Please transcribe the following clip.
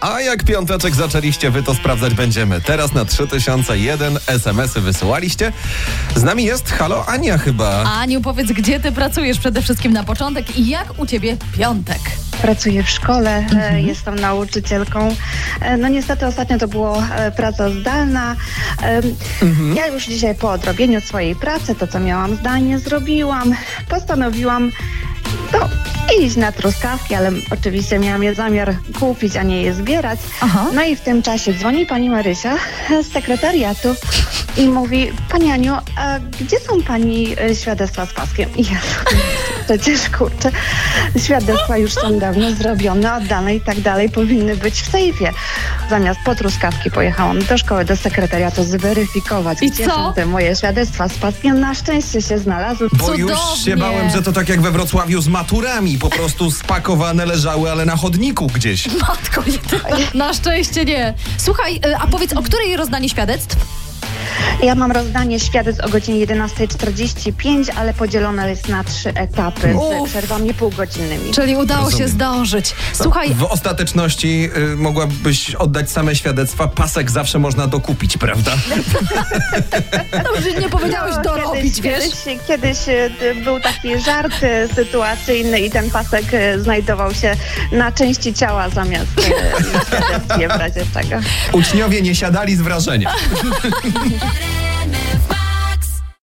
A jak piąteczek zaczęliście wy, to sprawdzać będziemy. Teraz na 3001 SMS-y wysyłaliście. Z nami jest Halo Ania chyba. Aniu, powiedz, gdzie ty pracujesz przede wszystkim na początek i jak u ciebie piątek? Pracuję w szkole, jestem nauczycielką. No niestety ostatnio to było praca zdalna. Ja już dzisiaj po odrobieniu swojej pracy, to co miałam zdalnie zrobiłam, postanowiłam iść na truskawki, ale oczywiście miałam je zamiar kupić, a nie je zbierać. Aha. No i w tym czasie dzwoni pani Marysia z sekretariatu i mówi: Pani Aniu, a gdzie są pani świadectwa z paskiem? I ja przecież kurczę, świadectwa już są dawno zrobione, oddane i tak dalej, powinny być w sejfie. Zamiast po truskawki pojechałam do szkoły, do sekretariatu zweryfikować, I gdzie co? są te moje świadectwa z paskiem. Na szczęście się znalazły. Bo Cudownie. już się bałem, że to tak jak we Wrocławiu z maturami. Po prostu spakowane leżały, ale na chodniku gdzieś. Matko, na szczęście nie. Słuchaj, a powiedz, o której rozdanie świadectw? Ja mam rozdanie świadectw o godzinie 11:45, ale podzielone jest na 3 etapy z przerwami półgodzinnymi. Czyli udało Rozumiem. się zdążyć. Słuchaj, W ostateczności mogłabyś oddać same świadectwa. Pasek zawsze można dokupić, prawda? dobrze nie powiedziałeś dorobić, wiesz? Kiedyś był taki żart sytuacyjny i ten pasek znajdował się na części ciała zamiast na świadectwie w razie czego. Uczniowie nie siadali z wrażenia.